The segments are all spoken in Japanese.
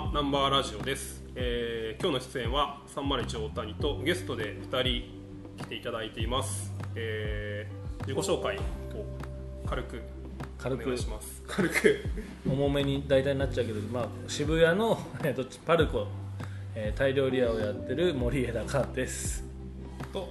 はナンバーラジオです。今日の出演は301大谷とゲストで2人来ていただいています。自己紹介を軽くお願いします。軽く重めに大体になっちゃうけど、渋谷の、パルコ、タイ料理屋をやってる森枝香ですと、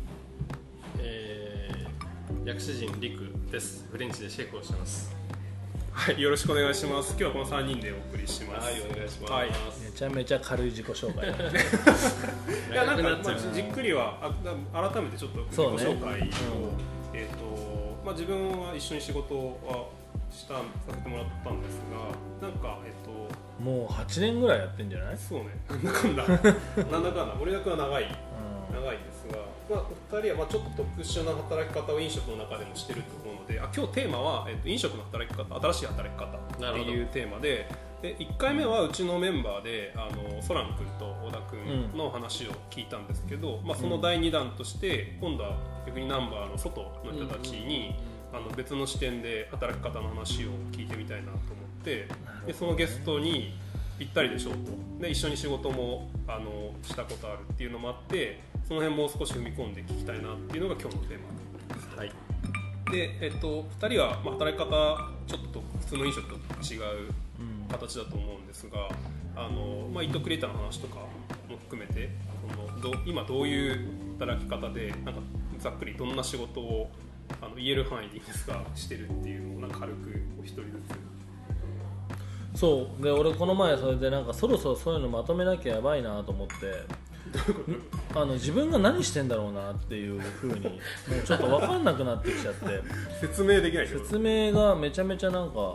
薬師陣陸です。フレンチでシェフをしてます。 はい、よろしくお願いします。今日はこの3人でお送りします。 はい、お願いします。 はい、 めちゃめちゃ軽い自己紹介いや、なんか、じっくりは改めてちょっと自己紹介を、自分は一緒に仕事はさせてもらったんですが、なんかもう8年ぐらいやってんじゃない？ そうね、なんだかんだなんだかんだ森田君は長いですが、2人はちょっと特殊な働き方を飲食の中でもしてると思うので、今日テーマは、飲食の働き方、新しい働き方っていうテーマで、1回目はうちのメンバーでソラン君と小田君の話を聞いたんですけど、その第2弾として今度は逆にナンバーの外の人たちに、別の視点で働き方の話を聞いてみたいなと思って、でそのゲストにぴったりでしょうと、で一緒に仕事もしたことあるっていうのもあって、その辺もう少し踏み込んで聞きたいなっていうのが今日のテーマです。はい、で、2人は働き方ちょっと普通の飲食と違う形だと思うんですが、イットクリエイターの話とかも含めて今どういう働き方でなんかざっくりどんな仕事を言える範囲でいいですがしてるっていうのをなんか軽くお一人ずつ。そうで、俺この前それでなんかそろそろそういうのまとめなきゃやばいなと思って自分が何してんだろうなっていう風にもうちょっと分かんなくなってきちゃって説明できないけど、 説明がめちゃめちゃなんか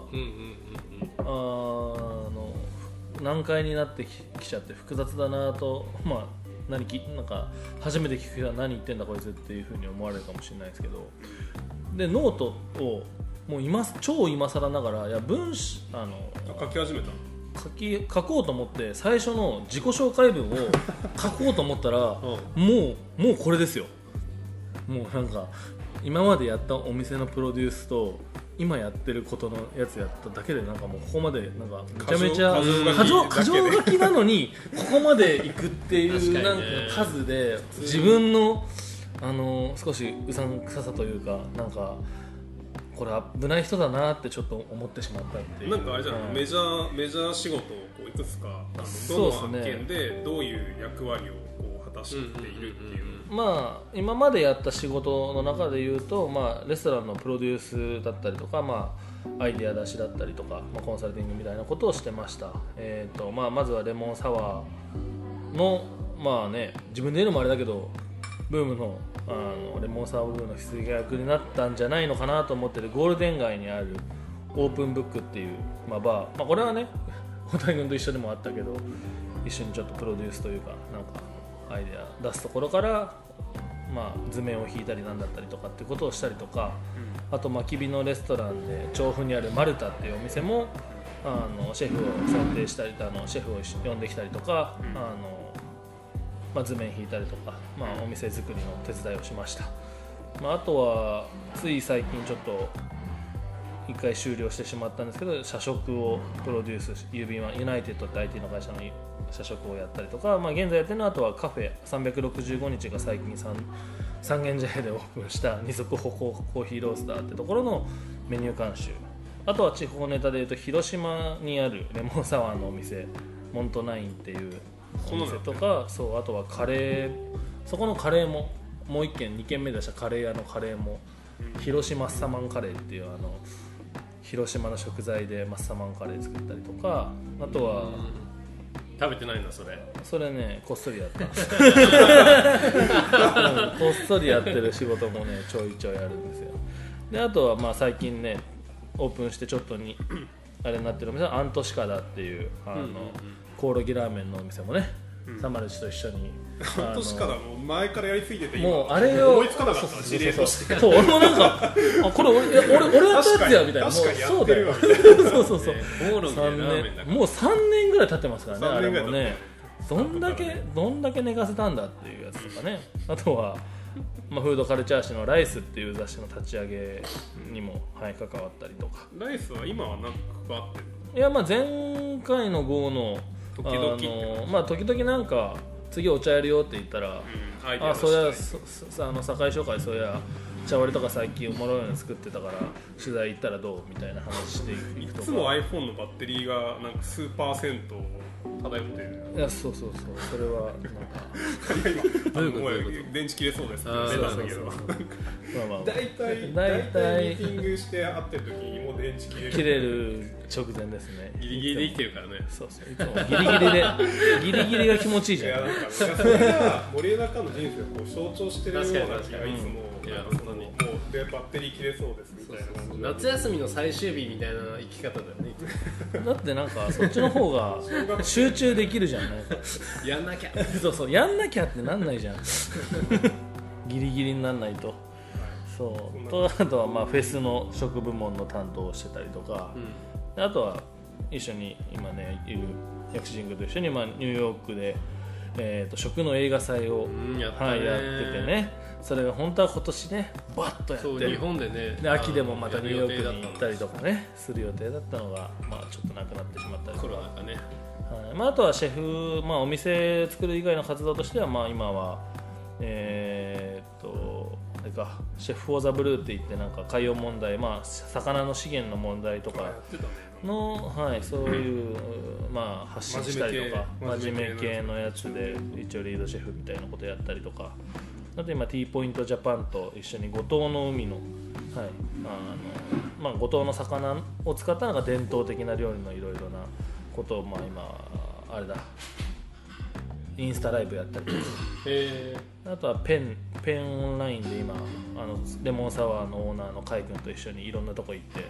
難解になってきちゃって複雑だなと、なんか初めて聞く人は何言ってんだこいつっていう風に思われるかもしれないですけど、でノートをもう超今更ながら、いや文章書き始めた書こうと思って最初の自己紹介文を書こうと思ったらもうこれですよ。もうなんか今までやったお店のプロデュースと今やってることのやつやっただけでなんかもうここまでなんかめちゃめちゃ箇条書きなのにここまでいくっていうなんか数で自分の少しうさんくささというか、なんかこれ危ない人だなってちょっと思ってしまったっていう。 なんかあれじゃない、メジャー仕事をいくつかどの案件でどういう役割を果たしているっていう、 今までやった仕事の中でいうと、レストランのプロデュースだったりとか、アイデア出しだったりとか、コンサルティングみたいなことをしてました。まずはレモンサワーの自分で言うのもあれだけどブームのレモンサワーブームの火付け役になったんじゃないのかなと思ってるゴールデン街にあるオープンブックっていう、バー、これはね小谷君と一緒でもあったけど、一緒にちょっとプロデュースというかなんかアイデア出すところから、図面を引いたりなんだったりとかっていうことをしたりとか、あときびのレストランで調布にあるマルタっていうお店もシェフを選定したりシェフを呼んできたりとか、図面引いたりとか、お店作りの手伝いをしました。あとはつい最近ちょっと1回終了してしまったんですけど、社食をプロデュース郵便はユナイテッドって IT の会社の社食をやったりとか、現在やってるのはあとはカフェ365日が最近三軒茶屋でオープンした二足歩行コーヒーロースターってところのメニュー監修、あとは地方ネタでいうと広島にあるレモンサワーのお店モントナインっていうお店とか、あとはカレー、そこのカレーももう1軒2軒目出したカレー屋のカレーも広島マッサマンカレーっていう広島の食材でマッサマンカレー作ったりとか、あとは食べてないんだそれねこっそりやったこっそりやってる仕事もねちょいちょいあるんですよ。であとは最近ねオープンしてちょっとにあれになってるお店はアントシカダっていうコオロギラーメンのお店もね、301と一緒にアントシカダも前からやりすぎててもうあれを思いつかなかった事例として。 そう俺もなんかこれ俺やったやつやみたいな、 確かにやってるわそうもう3年ぐらい経ってますからね。あれもねどんだけ寝かせたんだっていうやつとかね。あとはフードカルチャー誌のライスっていう雑誌の立ち上げにも、関わったりとか。 ライスは今は何かあってるの？ いや前回の号の時々 まあ時々なんか次お茶やるよって言ったら、あそうや堺商会そうや茶割りとか最近おもろいの作ってたから取材行ったらどうみたいな話していくとか、 いつも iPhone のバッテリーがなんか数パーセント漂ってる。 いやそうそれはなんかどういうこと電池切れそうですって出たんだけど、大体ミーティングして会ってる時にもう電池切れる直前ですね。 ギリギリで生きてるからね。 そういつもギリギリが気持ちいいじゃん。 いやなんかそれが森枝君の人生をこう象徴してるような気がいつももうでバッテリー切れそうですみたいな感じ。 夏休みの最終日みたいな生き方だよね。 だってなんかそっちの方が集中できるじゃん。なんかやんなきゃそうやんなきゃってなんないじゃん。ギリギリになんないと。そうとあとはまあフェスの食部門の担当をしてたりとか、あとは一緒に今ねいる薬師神宮と一緒にまあニューヨークで食の映画祭をやっててね。それが本当は今年ねバッとやってる。 日本でねで秋でもまたニューヨークに行ったりとかねする予定だったのが、まあ、ちょっとなくなってしまったりとか、 コロナがね、 まあ、あとはシェフ、まあ、お店作る以外の活動としては、まあ、今はあれかシェフ・フォー・ザ・ブルーっていってなんか海洋問題、まあ、魚の資源の問題とかの、そういう、まあ、発信したりとか真面目系のやつで一応リードシェフみたいなことやったりとか、あと今 T ポイントジャパンと一緒に五島の海の、まあ、五島の魚を使ったのが伝統的な料理のいろいろなことを、まあ、今あれだインスタライブやったりとか、あとはペンオンラインで今レモンサワーのオーナーの海君と一緒にいろんなとこ行って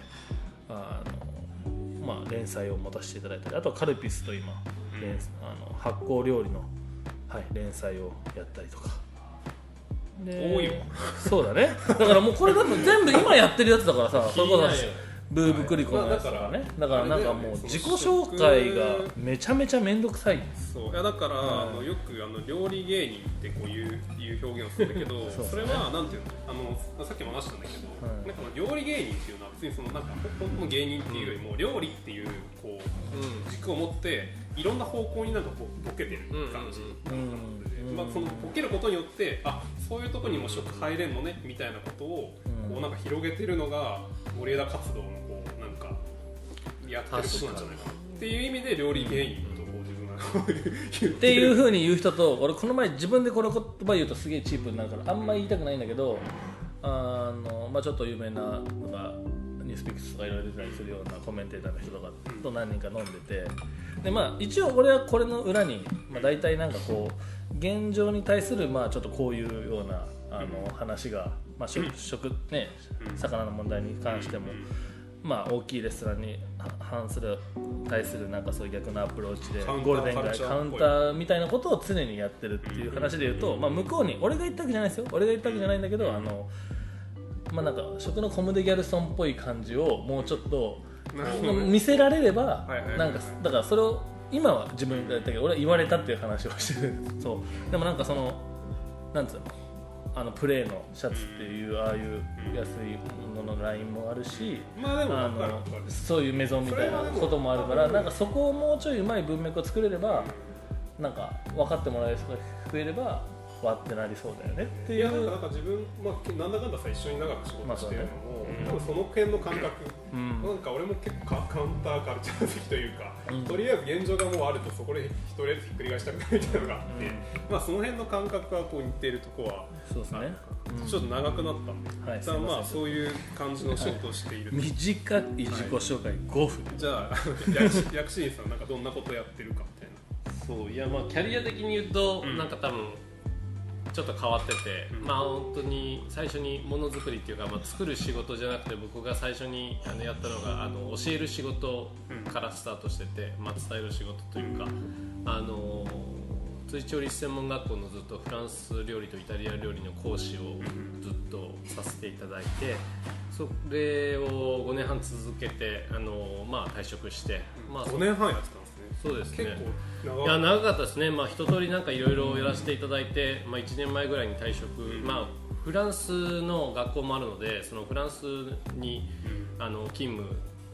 まあ、連載を持たせていただいたり、あとはカルピスと今発酵料理の、連載をやったりとか。 多いわ。 そうだね。だからもうこれだと全部今やってるやつだからさ、それこそブーブクリコのやつとかね。だからなんかもう自己紹介がめちゃめちゃめんどくさい。 そういやだからよく料理芸人ってこういう表現をするんだけど、それはなんていうのさっきも話したんだけど、なんか料理芸人っていうのは別にそのなんか本当の芸人っていうよりも料理っていうこう軸を持っていろんな方向になんかこうボケてる感じ。まあそのボケることによってそういうところにも食入れんのねみたいなことをこうなんか広げてるのが森枝活動のこうなんかやってることなんじゃないかなっていう意味で料理芸人とこう自分が言っていう風に言う人と、俺この前自分でこの言葉言うとすげえチープになるからあんまり言いたくないんだけど、まあ、ちょっと有名なのがニュースピックスとかいろいろ出たりするようなコメンテーターの人とかと何人か飲んでて、で、まあ、一応俺はこれの裏に、まあ、大体なんかこう現状に対するまあちょっとこういうような話が、まあ、食ね魚の問題に関しても、まあ、大きいレストランに対するなんかそういう逆のアプローチでゴールデン街カウンターみたいなことを常にやってるっていう話で言うと、まあ、向こうに俺が言ったわけじゃないですよ、俺が言ったわけじゃないんだけどまあ、なんか食のコムデ・ギャルソンっぽい感じをもうちょっと見せられれば、なんかだからそれを今は自分で言ったけど俺は言われたっていう話をしてる。そうでもなんかそのなんつうのプレーのシャツっていうああいう安いもののラインもあるし、 まあでもそういうメゾンみたいなこともあるから、なんかそこをもうちょいうまい文脈を作れればなんか分かってもらえる人が増えればわってなりそうだよねっていう。 いやなんか自分、まあ、なんだかんださ一緒に長く仕事してるのも、多分その辺の感覚、なんか俺も結構カウンターカルチャー的というか、とりあえず現状がもうあるとそこでとりあえずひっくり返したくないみたいなのがあって、まあ、その辺の感覚がこう似ているところはそうですね。 ちょっと長くなったんで、はい、まあそういう感じの仕事をしている、 短い自己紹介5分、 じゃあ薬師院さんなんかどんなことやってるかみたいな。 そういやまあキャリア的に言うと、なんか多分ちょっと変わってて、まあ本当に最初にものづくりっていうか、まあ、作る仕事じゃなくて僕が最初にやったのが教える仕事からスタートしてて、まあ、伝える仕事というか調理師専門学校のずっとフランス料理とイタリア料理の講師をずっとさせていただいて、それを5年半続けてまあ、退職して、まあ、 5年半やってたんですね。 そうですね。 結構いや長かったですね。まあ、一通りなんかいろいろやらせていただいて、まあ、1年前ぐらいに退職、まあ、フランスの学校もあるのでそのフランスに勤務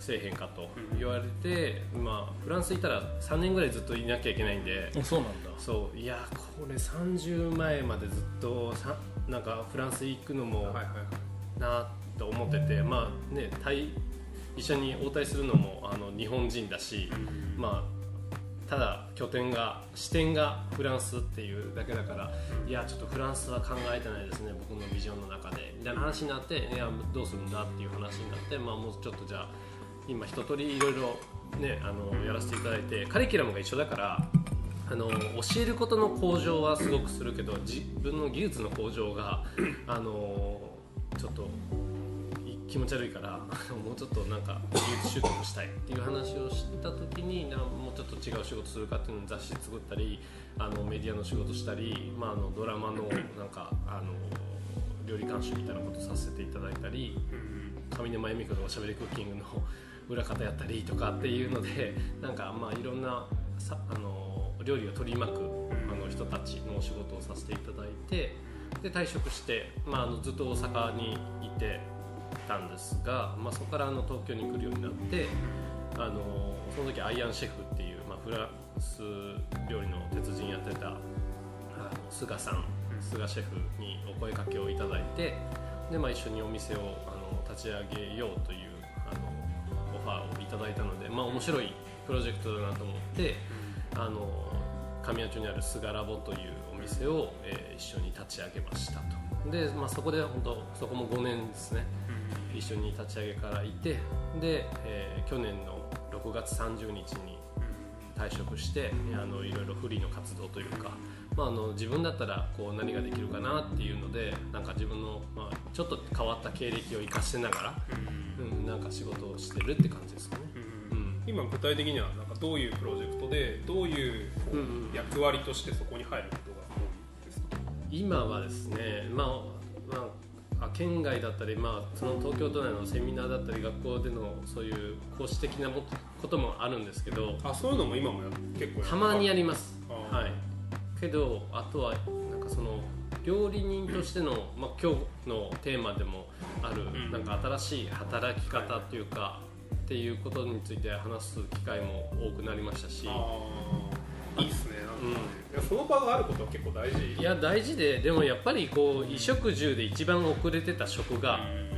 せえへんかと言われて、まあ、フランスいたら3年ぐらいずっといなきゃいけないんで、 そうなんだ。 そういやこれ30前までずっとなんかフランス行くのもなと思ってて、まあね、一緒に応対するのも日本人だし、まあただ視点がフランスっていうだけだから、いやちょっとフランスは考えてないですね僕のビジョンの中でみたいな話になって、いやどうするんだっていう話になって、まあ、もうちょっとじゃあ今一通りいろいろねやらせていただいて、カリキュラムが一緒だから教えることの向上はすごくするけど自分の技術の向上がちょっと気持ち悪いからもうちょっとなんか技術習得したいっていう話をした時に、もうちょっと違う仕事するかっていうのを雑誌作ったりメディアの仕事したり、まあ、ドラマのなんか料理監修みたいなことさせていただいたり、上沼恵美子のおしゃべりクッキングの裏方やったりとかっていうので、なんかまあいろんな料理を取り巻く人たちの仕事をさせていただいて、で退職して、まあ、ずっと大阪にいてたんですが、まあ、そこから東京に来るようになって、その時アイアンシェフっていう、まあ、フランス料理の鉄人やってた菅シェフにお声かけをいただいて、で、まあ、一緒にお店を立ち上げようというオファーをいただいたので、まあ、面白いプロジェクトだなと思って神谷町にある菅ラボというお店を、一緒に立ち上げましたと。で、まあ、そこで本当そこも5年ですね、一緒に立ち上げからいて、で、去年の6月30日に退職していろいろフリーの活動というか、まあ、自分だったらこう何ができるかなっていうので、なんか自分の、まあ、ちょっと変わった経歴を生かしてながら、なんか仕事をしてるって感じですかね。 今具体的にはなんかどういうプロジェクトでどういう役割としてそこに入ることが多いですか？ 今はですね、県外だったり、まあ、その東京都内のセミナーだったり学校でのそういう講師的なこともあるんですけど、 そういうのも今も結構たまにやります。はい、けどあとはなんかその料理人としての、まあ、今日のテーマでもある、なんか新しい働き方というか、っていうことについて話す機会も多くなりましたし、 いいですね。いやその場があることは結構大事。 いや大事でもやっぱりこう衣食住で一番遅れてた食が、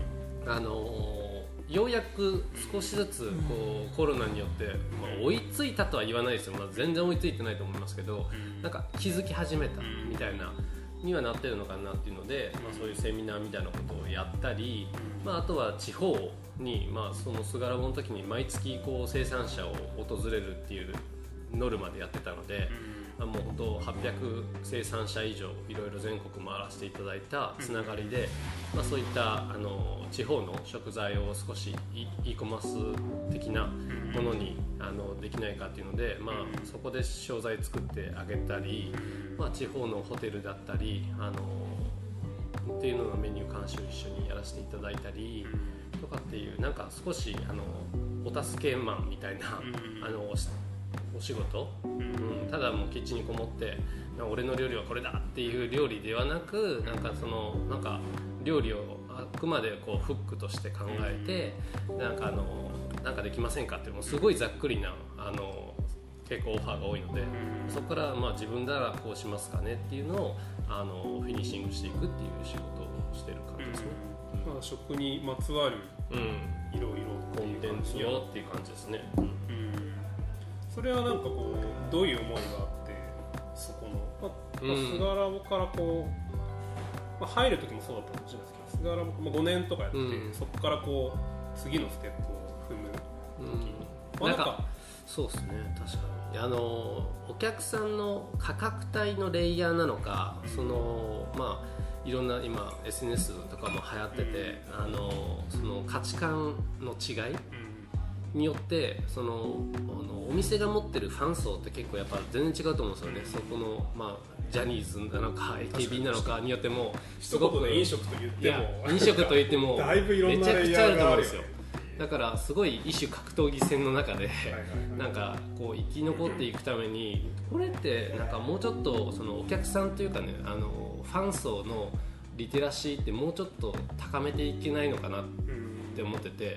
ようやく少しずつこうコロナによって、まあ、追いついたとは言わないですよ、まあ、全然追いついてないと思いますけど、なんか気づき始めたみたいなにはなってるのかなっていうので、まあ、そういうセミナーみたいなことをやったり、まあ、あとは地方に、まあ、その菅ラボの時に毎月こう生産者を訪れるっていうノルマでやってたので、もう本当800生産者以上いろいろ全国回らせていただいたつながりで、まあ、そういった地方の食材を少し e コマース的なものにできないかっていうので、まあ、そこで商材作ってあげたり、まあ、地方のホテルだったりっていうののメニュー監修一緒にやらせていただいたりとかっていう、なんか少しお助けマンみたいなお仕事、ただもうキッチンにこもって俺の料理はこれだっていう料理ではなく、なんかなんか料理をあくまでこうフックとして考えて、なんかできませんかっていうのもすごいざっくりな結構オファーが多いので、そこからまあ自分ならこうしますかねっていうのをフィニッシングしていくっていう仕事をしてる感じですね。 まあ、食にまつわるいろいろコンテンツよっていう感じですね。 それはなんかこうどういう思いがあって、そこの、菅ラボからこう、入る時もそうだったかもしれないですけど、菅ラボ、5年とかやって、そこからこう次のステップを踏む時に、 なんかそうですね、確かにお客さんの価格帯のレイヤーなのか、まあいろんな今 SNS とかも流行ってて、その価値観の違いによってお店が持ってるファン層って結構やっぱ全然違うと思うんですよね。そこの、まあ、ジャニーズなのか AKB なのかによってもすごく飲食と言っても飲食と言ってもだいぶいろんなめちゃくちゃあると思うんですよ。 レイヤーがあるよね。 だからすごい一種格闘技戦の中でなんかこう生き残っていくために、これってなんかもうちょっとそのお客さんというかね、ファン層のリテラシーってもうちょっと高めていけないのかなって思ってて、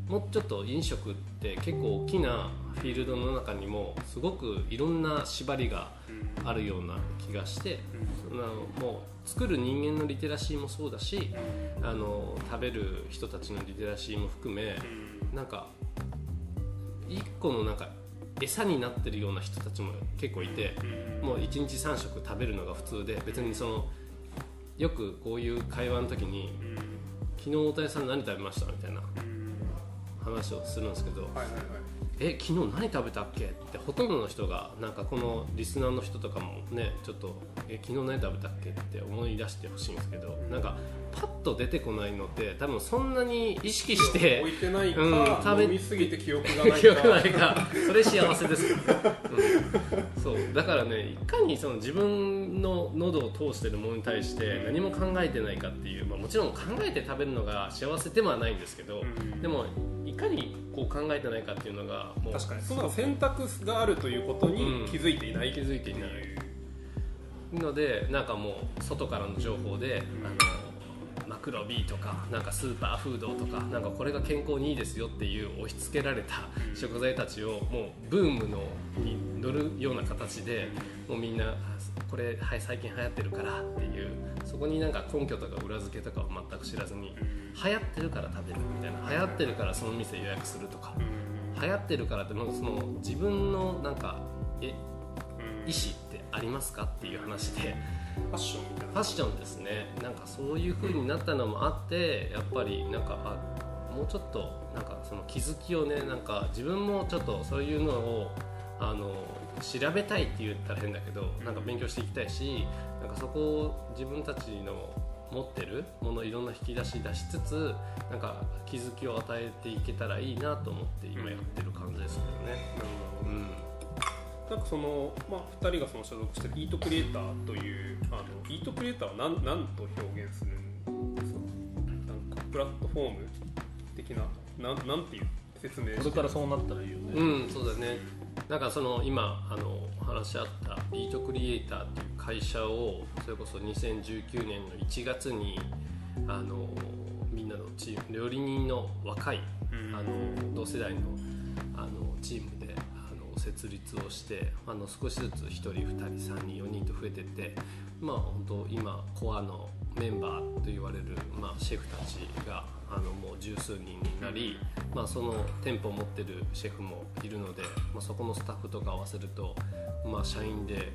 もうちょっと飲食って結構大きなフィールドの中にもすごくいろんな縛りがあるような気がして、もう作る人間のリテラシーもそうだし、食べる人たちのリテラシーも含め、なんか一個のなんか餌になってるような人たちも結構いて、もう1日3食食べるのが普通で、別にそのよくこういう会話の時に、昨日大谷さん何食べましたみたいな話をするんですけど、昨日何食べたっけってほとんどの人がなんかこのリスナーの人とかもねちょっと昨日何食べたっけって思い出してほしいんですけど、なんかパッと出てこないのって多分そんなに意識して置いてないか、飲みすぎて記憶がないか記憶ないかそれ幸せですよね、そうだからね、いかにその自分の喉を通してるものに対して何も考えてないかっていう、もちろん考えて食べるのが幸せではないんですけど、でもいかにこう考えてないかっていうのがもう確かにその選択があるということに気づいていない、 気づいていないので、なんかもう外からの情報で、マクロビーとかなんかスーパーフードとかなんかこれが健康にいいですよっていう押し付けられた食材たちをもうブームのに乗るような形で、もうみんなこれ、はい、最近流行ってるからっていう、そこになんか根拠とか裏付けとかを全く知らずに、流行ってるから食べるみたいな、流行ってるからその店予約するとか、流行ってるからってその自分のなんか意思ってありますかっていう話で、 ファッションみたいな、 ファッションですね。なんかそういう風になったのもあって、やっぱりなんかもうちょっとなんかその気づきをね、なんか自分もちょっとそういうのを調べたいって言ったら変だけど、なんか勉強していきたいし、なんかそこを自分たちの持ってるものいろんな引き出ししつつ、なんか気づきを与えていけたらいいなと思って今やってる感じですけどね。 なんかその、2人がその所属しているイートクリエイターというイートクリエイターは何と表現するんですか？なんかプラットフォーム的な、なんていう説明して、 これからそうなったらいいよね。 そうだね。なんかその今話し合ったイートクリエイターっていう会社を、それこそ2019年の1月にみんなのチーム、料理人の若い同世代のチームで設立をして、少しずつ1人2人3人4人と増えていって、本当今コアのメンバーと言われる、シェフたちがもう十数人になり、その店舗を持ってるシェフもいるので、そこのスタッフとか合わせると、社員で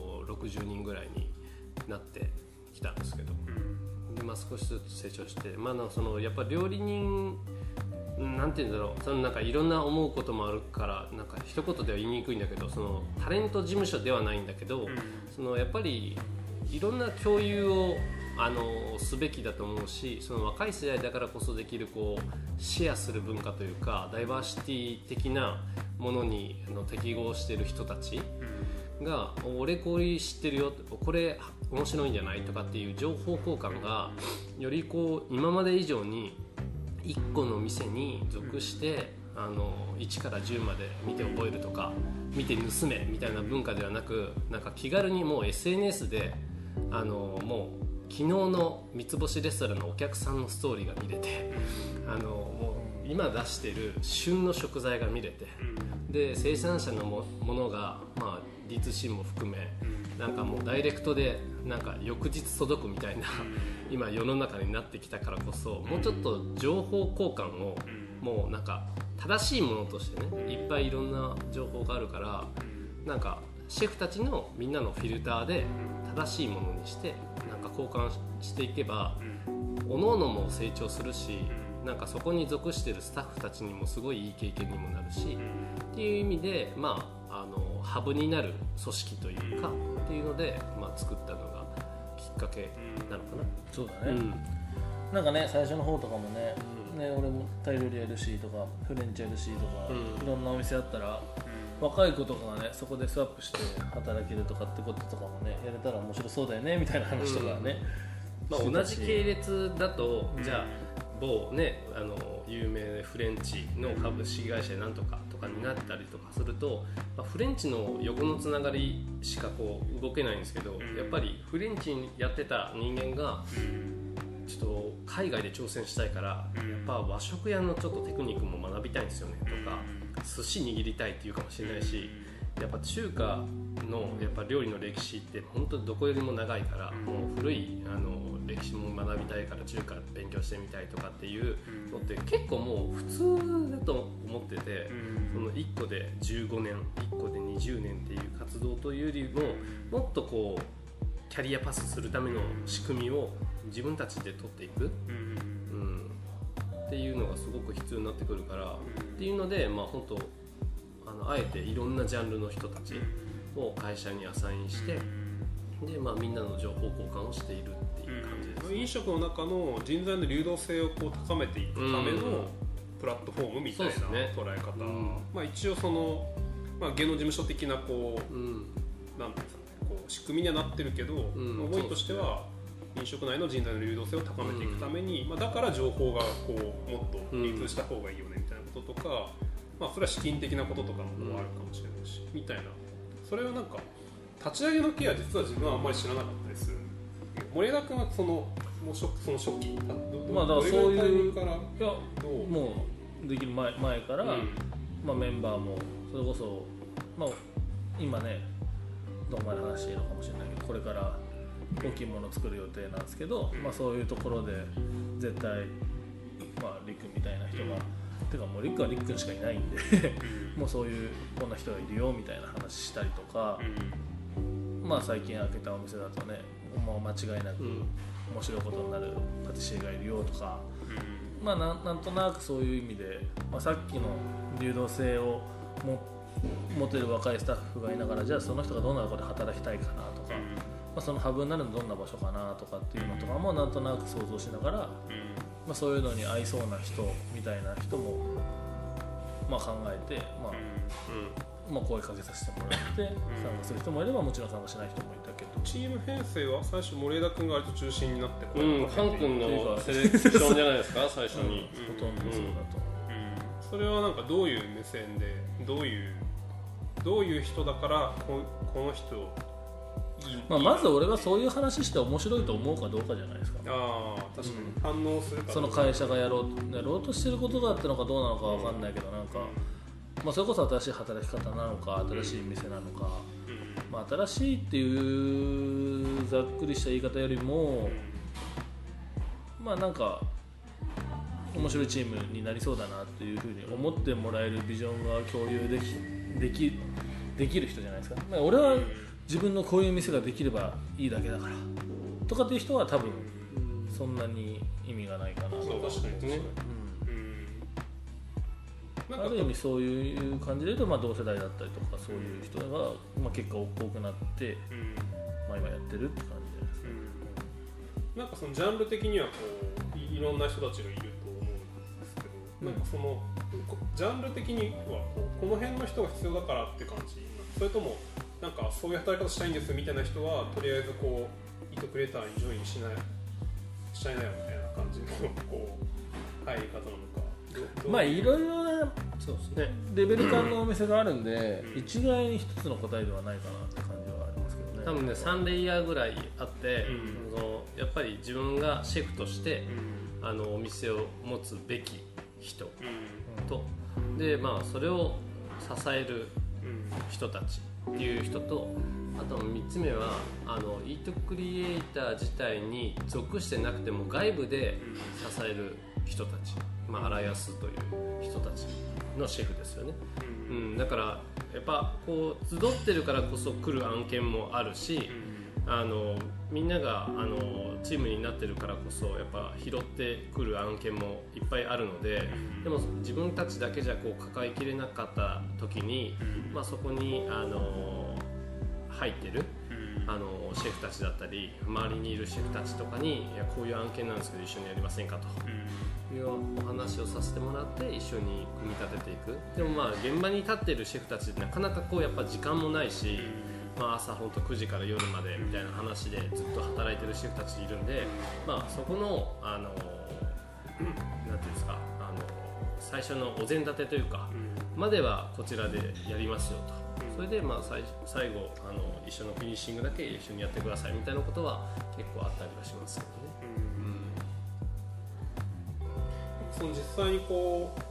60人ぐらいになってきたんですけど、で少しずつ成長して、そのやっぱり料理人なんていうんだろう、そのなんかいろんな思うこともあるから、なんか一言では言いにくいんだけど、そのタレント事務所ではないんだけど、そのやっぱりいろんな共有をすべきだと思うし、その若い世代だからこそできるこうシェアする文化というか、ダイバーシティ的なものに適合している人たちが、俺これ知ってるよ、これ面白いんじゃないとかっていう情報交換がよりこう今まで以上に1個の店に属して1から10まで見て覚えるとか見て盗めみたいな文化ではなく、なんか気軽にもう SNS でもう昨日の三つ星レストランのお客さんのストーリーが見れて、もう今出してる旬の食材が見れて、で生産者のものが、D2C も含めなんかもうダイレクトでなんか翌日届くみたいな今世の中になってきたからこそ、もうちょっと情報交換をもうなんか正しいものとしてね、いっぱいいろんな情報があるから、なんかシェフたちのみんなのフィルターで正しいものにしてなんか交換していけば、各々も成長するし、なんかそこに属しているスタッフたちにもすごいいい経験にもなるし、っていう意味でハブになる組織というかっていうので、作ったのがきっかけなのかな。 そうだね、なんかね最初の方とかもね、俺もタイ料理やるしとかフレンチやるしとか、いろんなお店あったら、若い子とかがねそこでスワップして働けるとかってこととかもねやれたら面白そうだよねみたいな話とかね、 同じ系列だと、じゃあ某ね有名フレンチの株式会社なんとかとかになったりとかすると、フレンチの横のつながりしかこう動けないんですけど、やっぱりフレンチやってた人間がちょっと海外で挑戦したいから、やっぱ和食屋のちょっとテクニックも学びたいんですよねとか、寿司握りたいっていうかもしれないし、やっぱ中華のやっぱ料理の歴史って本当にどこよりも長いから、もう古い歴史も学びたいから中華勉強してみたいとかっていうのって結構もう普通だと思ってて、その1個で15年1個で20年っていう活動というよりも、もっとこうキャリアパスするための仕組みを自分たちで取っていく、っていうのがすごく必要になってくるから、っていうので、まあ本当あえていろんなジャンルの人たちを会社にアサインして、で、まあ、みんなの情報交換をしているっていう感じです、 飲食の中の人材の流動性をこう高めていくためのプラットフォームみたいな捉え方、まあ、一応その、まあ、芸能事務所的なこう、なんていうんですかね、こう仕組みにはなってるけど、思いとしては飲食内の人材の流動性を高めていくために、まあ、だから情報がこうもっと流通した方がいいよねみたいなこととか、まあ、それは資金的なこととかもあるかもしれないし、みたいな、それはなんか立ち上げの経緯は実は自分はあんまり知らなかったりする。森枝君はその初期、 まあだからそういうからもうできる前から、まあ、メンバーもそれこそ、まあ、今ねどんまり話していいのかもしれないけど、これから大きいものを作る予定なんですけど、まあ、そういうところで絶対、まあ、リックみたいな人が、てかもうリックはリックしかいないんでもうそういうこんな人がいるよみたいな話したりとか、まあ最近開けたお店だとね、もう間違いなく面白いことになるパティシエがいるよとか、まあなんとなくそういう意味で、まあ、さっきの流動性を持てる若いスタッフがいながら、じゃあその人がどんなところで働きたいかなとか、まあ、そのハブになるのはどんな場所かなとかっていうのとかもなんとなく想像しながら、まあ、そういうのに合いそうな人みたいな人も、まあ、考えて、まあ、声かけさせてもらって参加する人もいれば、もちろん参加しない人もいたけど、 チーム編成は最初森枝君が割と中心になってハン君のセレクションじゃないですか最初に、 ほとんどそうだと、 それはなんかどういう目線でどういう人だからこの人まあ、まず俺がそういう話して面白いと思うかどうかじゃないですか。 ああ、確かに、反応するか、 その会社がやろうとしてることがあったのかどうなのかわかんないけど、なんか、まあ、それこそ新しい働き方なのか新しい店なのか、まあ、新しいっていうざっくりした言い方よりも、まあなんか面白いチームになりそうだなっていうふうに思ってもらえるビジョンが共有できる人じゃないですか。まあ、俺は自分のこういう店ができればいいだけだからとかっていう人は多分そんなに意味がないかなと。 そう確かにね、 ある意味そういう感じで言うと、まあ、同世代だったりとかそういう人が、まあ、結果多くなって、まあ、今やってるって感じじゃないですか。 なんかそのジャンル的にはこう いろんな人たちがいると思うんですけど、なんかそのジャンル的にはこの辺の人が必要だからって感じ、それともなんかそういう働き方したいんですみたいな人はとりあえずこうイートクリエイターにジョインしちゃいなよみたいな感じのこう入り方なのか、 まあいろいろなレベル感のお店があるんで、一概に一つの答えではないかなって感じはありますけどね。 多分ね3レイヤーぐらいあって、やっぱり自分がシェフとして、お店を持つべき人と、でまあそれを支える人たちっていう人と、あと3つ目はイートクリエイター自体に属してなくても外部で支える人たち、まあ、アライアンスという人たちのシェフですよね、だからやっぱこう集ってるからこそ来る案件もあるし、みんながチームになってるからこそやっぱ拾ってくる案件もいっぱいあるので、でも自分たちだけじゃこう抱えきれなかった時に、まあ、そこに入ってるシェフたちだったり周りにいるシェフたちとかに、いやこういう案件なんですけど一緒にやりませんかというお話をさせてもらって一緒に組み立てていく。でもまあ現場に立ってるシェフたちってなかなかこうやっぱ時間もないし、まあ、朝本当9時から夜までみたいな話でずっと働いてるシェフたちいるんで、まあ、そこのなんていうんですか、最初のお膳立てというか、まではこちらでやりますよと、それでまあ最後一緒のフィニッシングだけ一緒にやってくださいみたいなことは結構あったりはしますけどね。 その実際にこう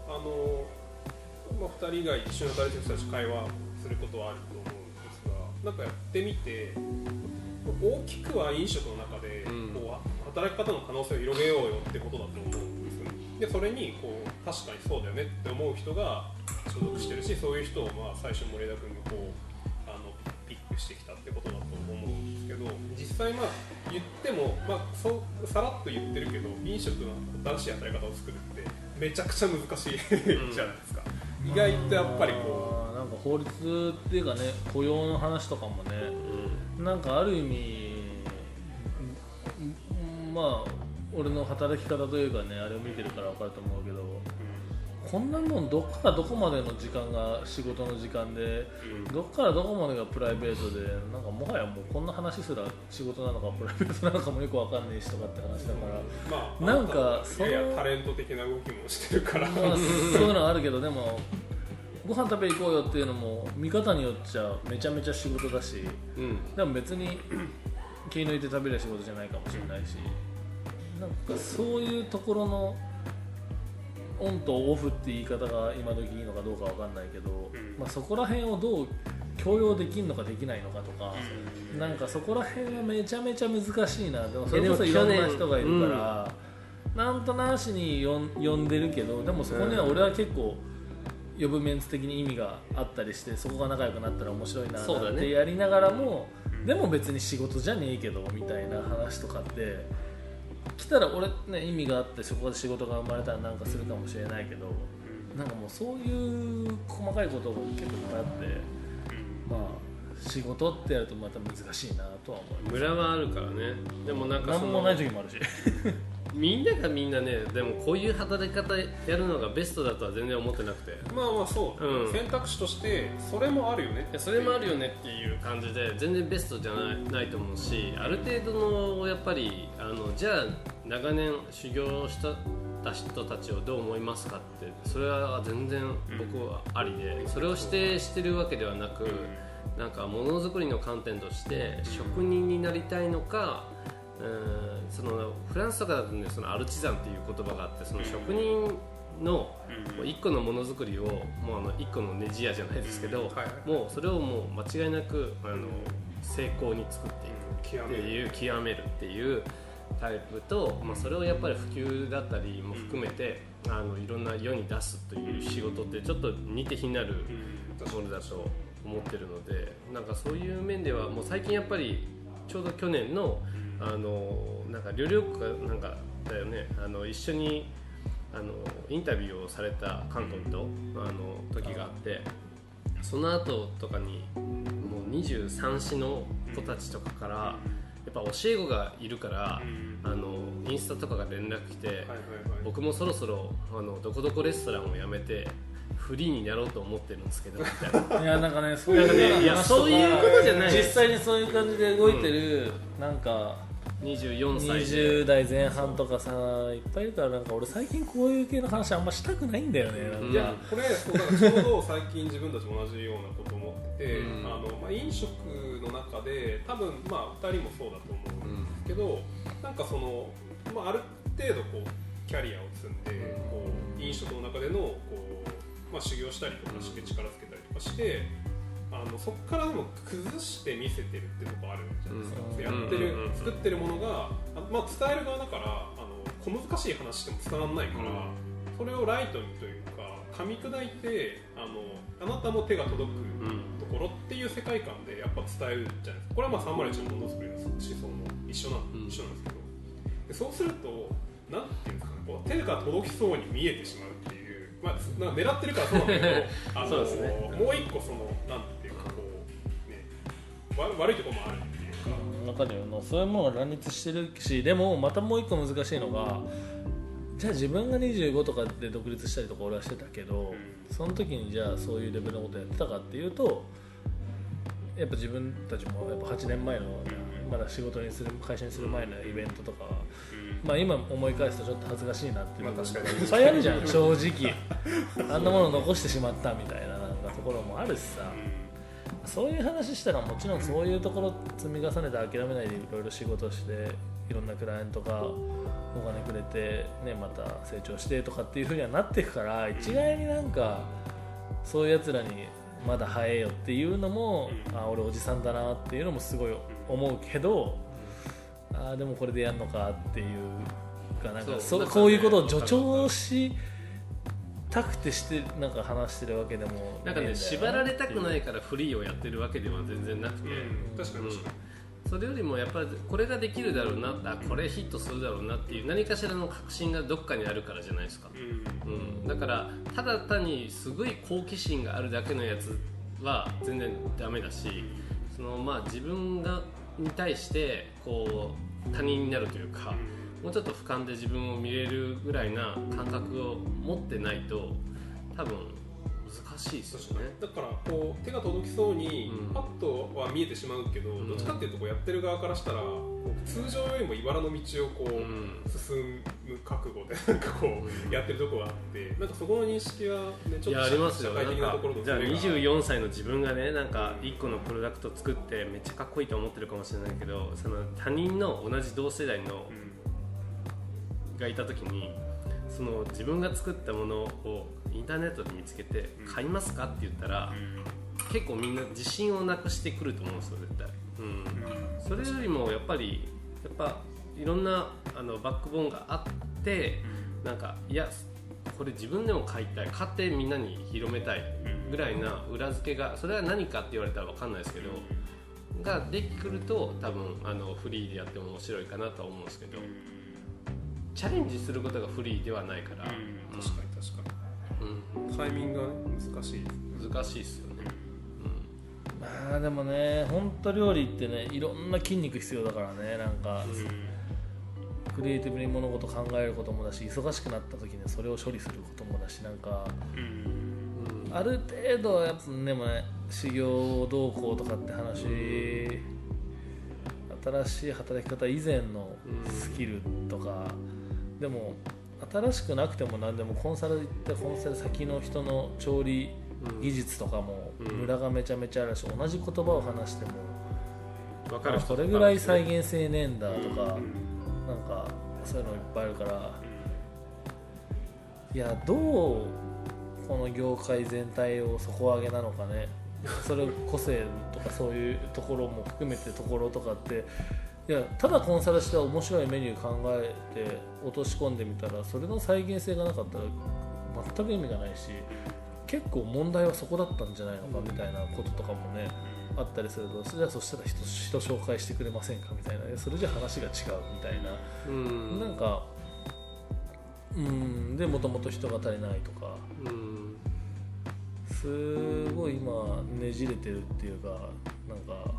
2人が一緒に働いてる人たち会話することはあると思うんですが、なんかやってみて大きくは飲食の中でこう働き方の可能性を広げようよってことだと思うんですよね。でそれにこう確かにそうだよねって思う人が所属してるし、そういう人をまあ最初森枝君がこうピックしてきたってことだと思うんですけど、実際まあ言っても、まあ、そうさらっと言ってるけど飲食の新しい働き方を作るってめちゃくちゃ難しいじゃないですか。意外とやっぱりこうなんか法律っていうかね、雇用の話とかもね、なんかある意味まあ俺の働き方というかね、あれを見てるから分かると思うけど、こんなもんどこからどこまでの時間が仕事の時間で、どこからどこまでがプライベートで、なんかもはやもうこんな話すら仕事なのかプライベートなのかもよく分かんないしとかって話だから、 まあ、 なんかいやタレント的な動きもしてるから、 まあ、そういうのはあるけど、でもご飯食べ行こうよっていうのも見方によっちゃめちゃめちゃ仕事だし、でも別に気抜いて食べる仕事じゃないかもしれないし、なんかそういうところのオンとオフって言い方が今時いいのかどうかわかんないけど、まあ、そこら辺をどう強要できるのかできないのかとか、なんかそこら辺はめちゃめちゃ難しいな。でもそれこそいろんな人がいるから、なんとなしに呼んでるけど、でもそこには俺は結構呼ぶメンツ的に意味があったりして、そこが仲良くなったら面白いなってやりながらも、でも別に仕事じゃねえけどみたいな話とかって来たら俺ね、意味があってそこで仕事が生まれたらなんかするかもしれないけど、なんかもうそういう細かいことが結構いっぱいあって、まあ仕事ってやるとまた難しいなとは思います。 ムラはあるからね。でもなんか何もない時もあるしみんながみんなね、でもこういう働き方やるのがベストだとは全然思ってなくて、 まあまあそう、選択肢としてそれもあるよね、 それもあるよねっていう感じで全然ベストじゃないと思うし、ある程度のやっぱりじゃあ長年修行した人たちをどう思いますかって、それは全然僕はありで、それを否定してるわけではなく、なんかものづくりの観点として職人になりたいのか、そのフランスとかだとね、そのアルチザンっていう言葉があって、その職人の一個のものづくりをもう一個のネジ屋じゃないですけど、もうそれをもう間違いなく成功に作っていくっていう極めるっていうタイプと、まあ、それをやっぱり普及だったりも含めていろんな世に出すという仕事ってちょっと似て非なるものだと思ってるので、なんかそういう面ではもう最近やっぱりちょうど去年のなんか両力かなんかだよね、一緒にインタビューをされたカントンと時があって、その後とかにもう23歳の子たちとかからやっぱ教え子がいるから、インスタとかが連絡来て、僕もそろそろどこどこレストランを辞めてフリーになろうと思ってるんですけどみたいな。 いやなんかね、そういういやそういうことじゃない、 実際にそういう感じで動いてる、なんか 24歳で 20代前半とかさ、いっぱいいるから、なんか俺最近こういう系の話あんましたくないんだよね。なんかいやこれそうだからちょうど最近自分たちも同じようなことを思ってて、まあ、飲食の中で多分まあ2人もそうだと思うんですけど、なんかその、まあ、ある程度こうキャリアを積んでこう飲食の中でのこう、まあ、修行したりとかして力つけたりとかして、そこからでも崩して見せてるっていうところあるじゃないですか。やってる作ってるものが、まあ、伝える側だから小難しい話しても伝わらないから、それをライトにというか噛み砕いてあなたも手が届くところっていう世界観でやっぱ伝えるじゃないですか。これはまあ301のものづくりの思想も一緒なんですけど、でそうするとなんていうんですかね、こう手が届きそうに見えてしまうっていう、まあ、狙ってるからそうなんだけどそうですね、 もう一個そのなんていうかこう、ね、悪いところもあるっていうか、 中にはそういうものが乱立してるし、でもまたもう一個難しいのが、じゃあ自分が25とかで独立したりとか俺はしてたけど、その時にじゃあそういうレベルのことやってたかっていうと、やっぱ自分たちもやっぱ8年前のまだ仕事にする会社にする前のイベントとか、まあ今思い返すとちょっと恥ずかしいなっていう部分がいっぱいあるじゃん正直あんなもの残してしまったみたいな、なんかところもあるしさ、そういう話したらもちろんそういうところ積み重ねて諦めないでいろいろ仕事していろんなクライアントがお金くれて、ね、また成長してとかっていう風にはなっていくから、一概になんかそういうやつらにまだ早えよっていうのも、あ俺おじさんだなっていうのもすごい思うけど、でもこれでやんのかっていうか、なんかこういうことを助長したくてしてなんか話してるわけでもなんかね、縛られたくないからフリーをやってるわけでは全然なくて、 確かに確かに、 それよりもやっぱりこれができるだろうな、これヒットするだろうなっていう何かしらの確信がどっかにあるからじゃないですか、だからただ単にすごい好奇心があるだけのやつは全然ダメだし、その自分に対してこう他人になるというか、もうちょっと俯瞰で自分を見れるぐらいな感覚を持ってないと多分難しいですよね。 だからこう手が届きそうにパッとは見えてしまうけど、どっちかっていうとこうやってる側からしたら通常よりも茨の道をこう進む覚悟でなんかこうやってるとこがあって、なんかそこの認識はねちょっと社会的なところとじゃあ24歳の自分がね、なんか1個のプロダクト作ってめっちゃかっこいいと思ってるかもしれないけど、その他人の同じ同世代のがいた時に、その自分が作ったものをインターネットで見つけて買いますかって言ったら、結構みんな自信をなくしてくると思うんですよ絶対、それよりもやっぱいろんなバックボーンがあって、なんかいやこれ自分でも買いたい、買ってみんなに広めたいぐらいな裏付けが、それは何かって言われたら分かんないですけどができてくると、多分フリーでやっても面白いかなとは思うんですけど、チャレンジすることがフリーではないから、 確かに確かに、タイミングが難しいですよね、 でもね、本当料理ってね、いろんな筋肉必要だからね、なんか、クリエイティブに物事考えることもだし、忙しくなった時にそれを処理することもだし、なんか、ある程度やっぱね、修行動向とかって話、新しい働き方以前のスキルとか、でも新しくなくても何でもコンサル行ってコンサル先の人の調理技術とかも無駄がめちゃめちゃあるし、同じ言葉を話しても分かる人それぐらい再現性ねえんだとか、なんかそういうのいっぱいあるから、いやどうこの業界全体を底上げなのかね、それ個性とかそういうところも含めてところとかって、いやただコンサルして面白いメニュー考えて落とし込んでみたら、それの再現性がなかったら全く意味がないし、結構問題はそこだったんじゃないのかみたいなこととかもね、あったりすると、じゃあそしたら 人紹介してくれませんかみたいな、それじゃ話が違うみたいな、なんかでもともと人が足りないとか、すごい今ねじれてるっていうか、なんか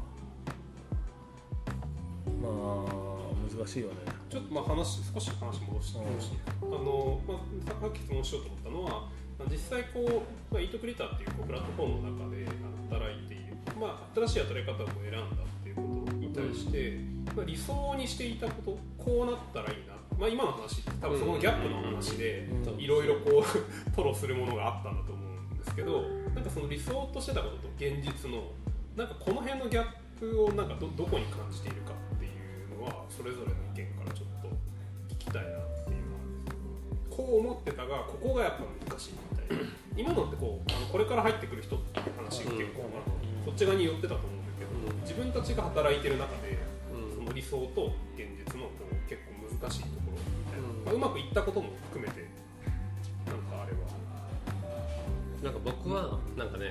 難しいよね。 ちょっと少し話戻して、さっき質問しようと思ったのは、実際こう、イートクリエイターっていうプラットフォームの中で働いている、新しい働き方を選んだっていうことに対して、理想にしていたこと、こうなったらいいな、今の話多分そのギャップの話でいろいろこう吐露するものがあったんだと思うんですけど、なんかその理想としてたことと現実のなんかこの辺のギャップをなんか どこに感じているかっていうのは、それぞれの意見からちょっと聞きたいなっていうのなんですけど、こう思ってたがここがやっぱ難しいみたいな、今のってこれから入ってくる人っていう話が結構そっち側に寄ってたと思うんだけど、自分たちが働いてる中でその理想と現実の結構難しいところみたいな、うまくいったことも含めてなんかあれはなんか僕はなんかね、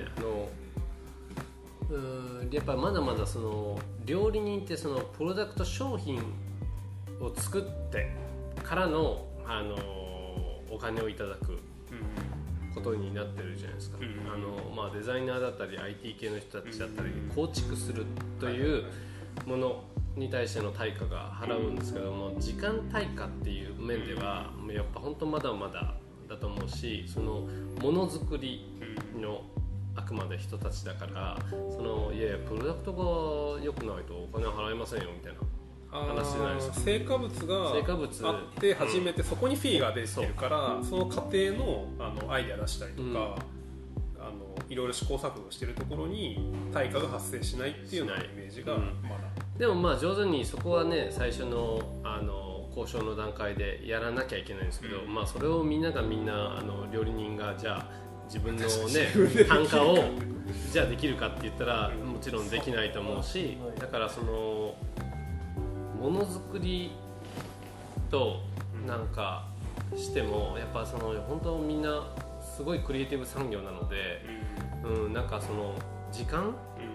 やっぱまだまだその料理人ってそのプロダクト商品を作ってからの、お金をいただくことになってるじゃないですか、デザイナーだったり IT 系の人たちだったり構築するというものに対しての対価が払うんですけども、時間対価っていう面ではやっぱ本当まだまだだと思うし、そのものづくりのあくまで人たちだから、そのいやいやプロダクトが良くないとお金払いませんよみたいな話じゃないですか。 成果物があって初めてそこにフィーが出てるから、その過程のアイデア出したりとか、いろいろ試行錯誤してるところに対価が発生しないっていうようなイメージがまだ、 でもまあ上手にそこはね最初の交渉の段階でやらなきゃいけないんですけど、まあそれをみんな料理人がじゃあ自分のね単価をじゃあできるかって言ったらもちろんできないと思うし、だからそのものづくりとなんかしてもやっぱその本当みんなすごいクリエイティブ産業なので、なんかその時間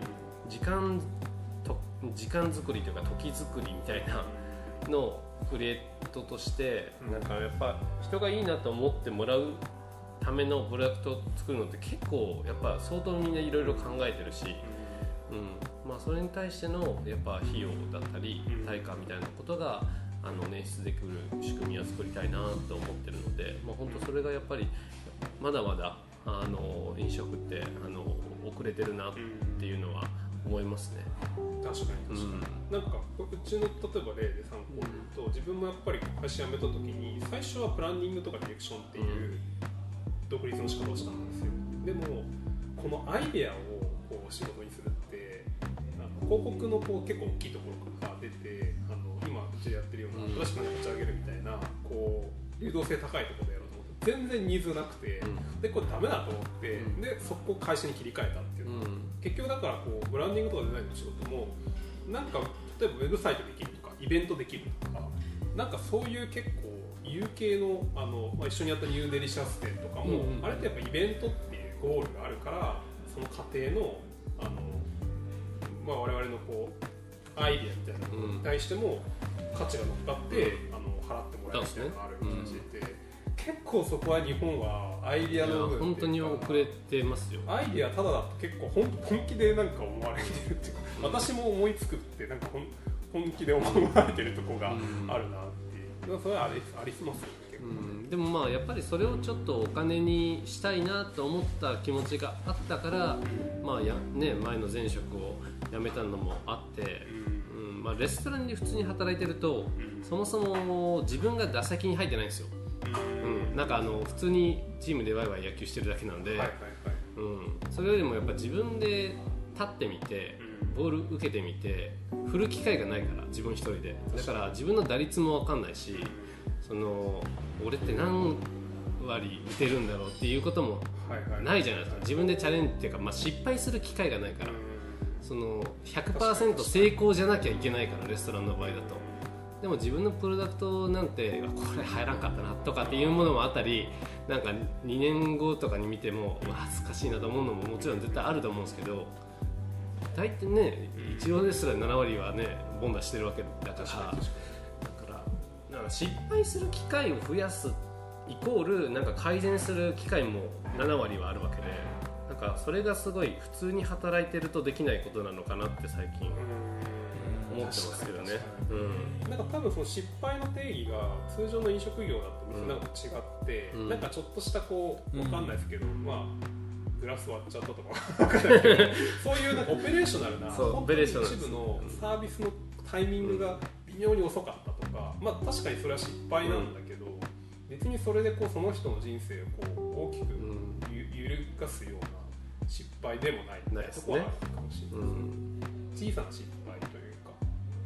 作りというか時作りみたいなのをクリエイトとしてなんかやっぱ人がいいなと思ってもらうためのプロダクトを作るのって結構やっぱ相当みんないろいろ考えてるし、まあそれに対してのやっぱ費用だったり対価みたいなことが捻出できる仕組みは作りたいなと思ってるので、まあ本当それがやっぱりまだまだ飲食って遅れてるなっていうのは思いますね。 確かに、なんかうちの例えば例で参考に言うと、自分もやっぱり会社辞めた時に最初はプランニングとかディレクションっていう独立の仕方をしたんですよ。でもこのアイデアをこう仕事にするって広告のこう結構大きいところから出て今うちでやってるような新しく立ち上げるみたいなこう流動性高いところでやろうと思って全然ニーズなくて、でこれダメだと思って、でそこを会社に切り替えたっていうのが、結局だからこうブランディングとかデザインの仕事もなんか例えばウェブサイトできるとかイベントできるとかなんかそういう結構有形のまあ、一緒にやったニューデリシャス店とかも、あれってやっぱイベントっていうゴールがあるからその過程のまあ、我々のこうアイデアみたいなものに対しても価値が乗っかって、払ってもらえるみたいなのがある感じで、結構そこは日本はアイデアの部分本当に遅れてますよ。 アイデアただだと結構本気でなんか思われてるっていうか、私も思いつくってなんか本気で思われてるとこがあるなっていう、それはありますよね。 でもまあやっぱりそれをちょっとお金にしたいなと思った気持ちがあったから、まあ前の前職を辞めたのもあって、まあ、レストランで普通に働いてると、そもそも自分が打席に入ってないんですよ。なんか普通にチームでワイワイ野球してるだけなんで、それよりもやっぱ自分で立ってみてボール受けてみて振る機会がないから自分一人で、だから自分の打率も分かんないし、俺って何割打てるんだろうっていうこともないじゃないですか。自分でチャレンジっていうか、まあ、失敗する機会がないから、100% 成功じゃなきゃいけないからレストランの場合だと。でも自分のプロダクトなんてこれ入らんかったなとかっていうものもあったり、なんか2年後とかに見ても恥ずかしいなと思うのももちろん絶対あると思うんですけど、大体ね一応ですら7割はねボンダしてるわけだから、なんか失敗する機会を増やすイコールなんか改善する機会も7割はあるわけで、なんかそれがすごい普通に働いてるとできないことなのかなって最近思ってますけどね。 なんか多分その失敗の定義が通常の飲食業だと店なんか違って、なんかちょっとしたこう分かんないですけど、まあグラス割っちゃったとか分かんないけどそういうなんかオペレーショナルな本当に一部のサービスのタイミングが微妙に遅かったとか、まあ確かにそれは失敗なんだけど、別にそれでこうその人の人生をこう大きく揺るがすような失敗でもないみたいなところはあるかもしれないですね。小さな失敗というか。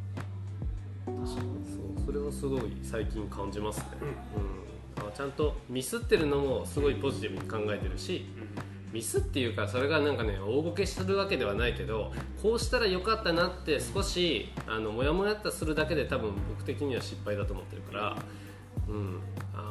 それはすごい最近感じますね。ちゃんとミスってるのもすごいポジティブに考えてるし、ミスっていうかそれがなんかね大ボケするわけではないけど、こうしたらよかったなって少しモヤモヤっとするだけで多分僕的には失敗だと思ってるから、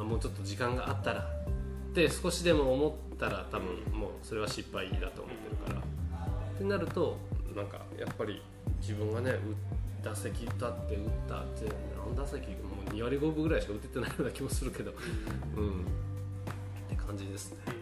もうちょっと時間があったらって少しでも思ったら多分もうそれは失敗だと思ってるからってなると、なんかやっぱり自分がね打席立って打ったって何打席もう2割5分ぐらいしか打ててないような気もするけど、って感じですね。